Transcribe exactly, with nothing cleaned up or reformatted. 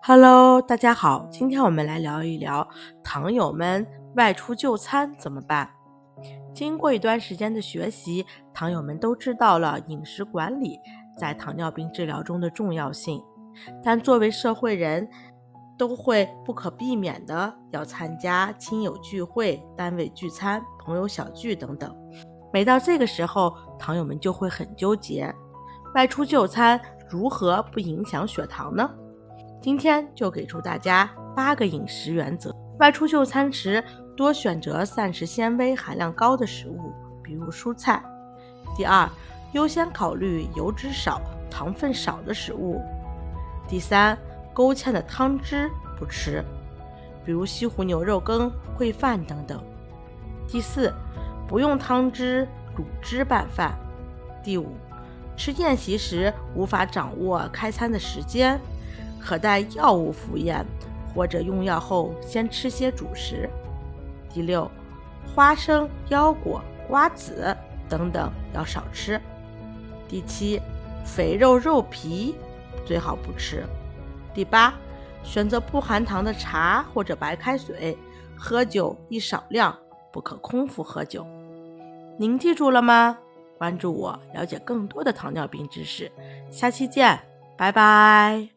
Hello，大家好，今天我们来聊一聊糖友们外出就餐怎么办。经过一段时间的学习，糖友们都知道了饮食管理在糖尿病治疗中的重要性，但作为社会人，都会不可避免的要参加亲友聚会、单位聚餐、朋友小聚等等。每到这个时候，糖友们就会很纠结，外出就餐如何不影响血糖呢？今天就给出大家八个饮食原则。外出就餐时，多选择膳食纤维含量高的食物，比如蔬菜。第二，优先考虑油脂少、糖分少的食物。第三，勾芡的汤汁不吃，比如西湖牛肉羹、烩饭等等。第四，不用汤汁、卤汁拌饭。第五，吃宴席时无法掌握开餐的时间，可待药物服咽或者用药后先吃些主食。第六，花生、腰果、瓜子等等要少吃。第七，肥肉肉皮最好不吃。第八，选择不含糖的茶或者白开水，喝酒宜少量，不可空腹喝酒。您记住了吗？关注我，了解更多的糖尿病知识。下期见，拜拜。